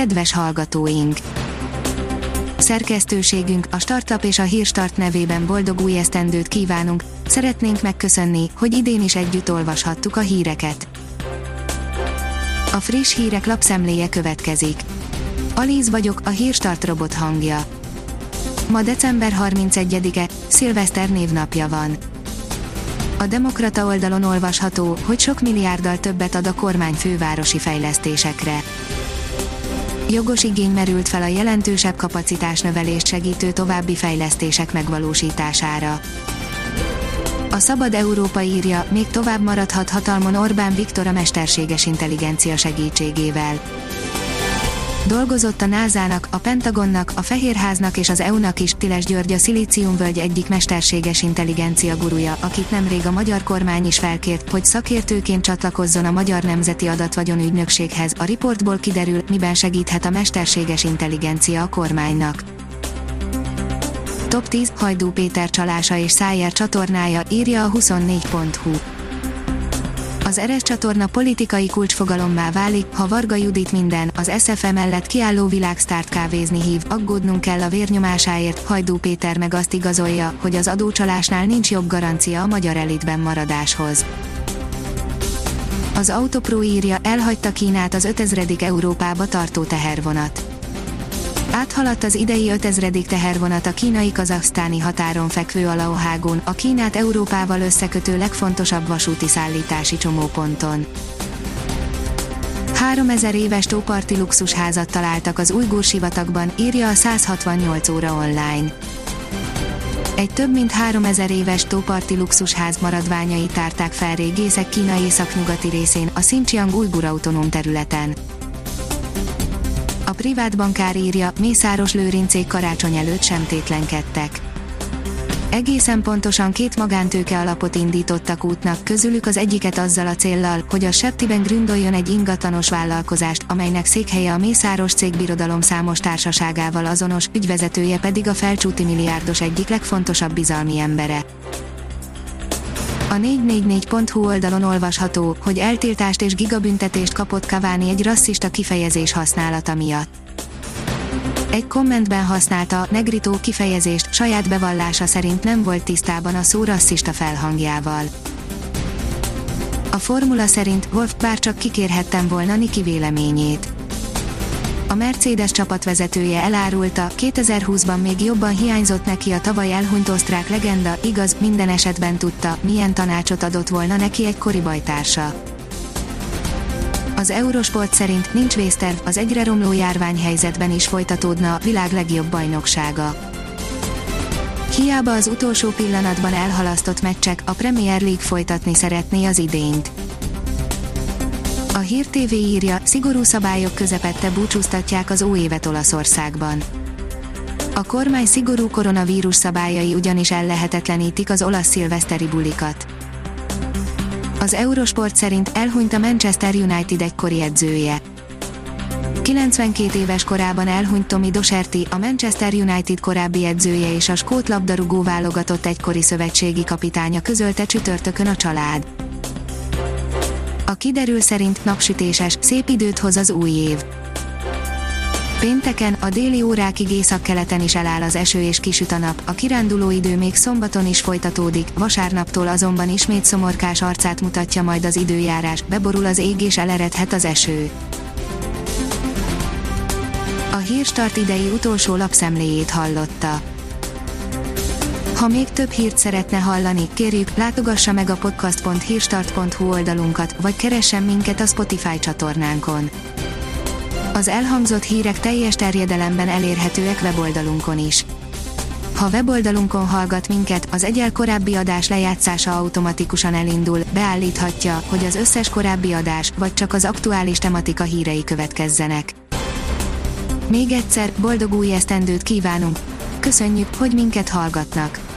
kedves hallgatóink! Szerkesztőségünk, a Startlap és a Hírstart nevében boldog új esztendőt kívánunk, szeretnénk megköszönni, hogy idén is együtt olvashattuk a híreket. A friss hírek lapszemléje következik. Alíz vagyok, a Hírstart robot hangja. Ma december 31-e, szilveszter névnapja van. A Demokrata oldalon olvasható, hogy sok milliárddal többet ad a kormány fővárosi fejlesztésekre. Jogos igény merült fel a jelentősebb kapacitásnövelést segítő további fejlesztések megvalósítására. A Szabad Európa írja, még tovább maradhat hatalmon Orbán Viktor a mesterséges intelligencia segítségével. Dolgozott a NASA-nak, a Pentagonnak, a Fehérháznak és az EU-nak is, Tiles György a Szilíciumvölgy egyik mesterséges intelligencia guruja, akit nemrég a magyar kormány is felkért, hogy szakértőként csatlakozzon a Magyar Nemzeti Adatvagyonügynökséghez. A riportból kiderül, miben segíthet a mesterséges intelligencia a kormánynak. Top 10, Hajdú Péter csalása és Szájer csatornája, írja a 24.hu. Az Erez csatorna politikai kulcsfogalommá válik, ha Varga Judit minden, az SFE mellett kiálló világsztárt kávézni hív, aggódnunk kell a vérnyomásáért. Hajdú Péter meg azt igazolja, hogy az adócsalásnál nincs jobb garancia a magyar elitben maradáshoz. Az Autopro írja, elhagyta Kínát az 5000. Európába tartó tehervonat. Áthaladt az idei 5000. tehervonat a kínai-kazaksztáni határon fekvő Alaohágón, a Kínát Európával összekötő legfontosabb vasúti szállítási csomóponton. 3000 éves tóparti luxusházat találtak az ujgur sivatagban, írja a 168 óra online. Egy több mint 3000 éves tóparti luxusház maradványai tárták fel régészek Kína északnyugati részén, a Xinjiang ujgur autonóm területen. A privát bankár írja, Mészáros Lőrincék karácsony előtt sem tétlenkedtek. Egészen pontosan 2 magántőke alapot indítottak útnak, közülük az egyiket azzal a céllal, hogy a Septiben gründoljon egy ingatlanos vállalkozást, amelynek székhelye a Mészáros cégbirodalom számos társaságával azonos, ügyvezetője pedig a felcsúti milliárdos egyik legfontosabb bizalmi embere. A 444.hu oldalon olvasható, hogy eltiltást és gigabüntetést kapott Cavani egy rasszista kifejezés használata miatt. Egy kommentben használta negrito kifejezést, saját bevallása szerint nem volt tisztában a szó rasszista felhangjával. A formula szerint Wolff bárcsak kikérhettem volna Niki véleményét. A Mercedes csapatvezetője elárulta, 2020-ban még jobban hiányzott neki a tavaly elhunyt osztrák legenda, igaz, minden esetben tudta, milyen tanácsot adott volna neki egy kori bajtársa. Az Eurosport szerint nincs vészterv, az egyre romló járványhelyzetben is folytatódna a világ legjobb bajnoksága. Hiába az utolsó pillanatban elhalasztott meccsek, a Premier League folytatni szeretné az idényt. A Hír TV írja, szigorú szabályok közepette búcsúztatják az óévet Olaszországban. A kormány szigorú koronavírus szabályai ugyanis ellehetetlenítik az olasz szilveszteri bulikat. Az Eurosport szerint elhunyt a Manchester United egykori edzője. 92 éves korában elhunyt Tommy Docherty, a Manchester United korábbi edzője és a skót labdarúgó válogatott egykori szövetségi kapitánya, közölte csütörtökön a család. A kiderül szerint napsütéses, szép időt hoz az új év. Pénteken, a déli órákig északkeleten is eláll az eső és kisüt a nap, a kiránduló idő még szombaton is folytatódik, vasárnaptól azonban ismét szomorkás arcát mutatja majd az időjárás, beborul az ég és eleredhet az eső. A Hírstart idei utolsó lapszemléjét hallotta. Ha még több hírt szeretne hallani, kérjük, látogassa meg a podcast.hírstart.hu oldalunkat, vagy keressen minket a Spotify csatornánkon. Az elhangzott hírek teljes terjedelemben elérhetőek weboldalunkon is. Ha weboldalunkon hallgat minket, az egyel korábbi adás lejátszása automatikusan elindul, beállíthatja, hogy az összes korábbi adás, vagy csak az aktuális tematika hírei következzenek. Még egyszer, boldog új esztendőt kívánunk! Köszönjük, hogy minket hallgatnak!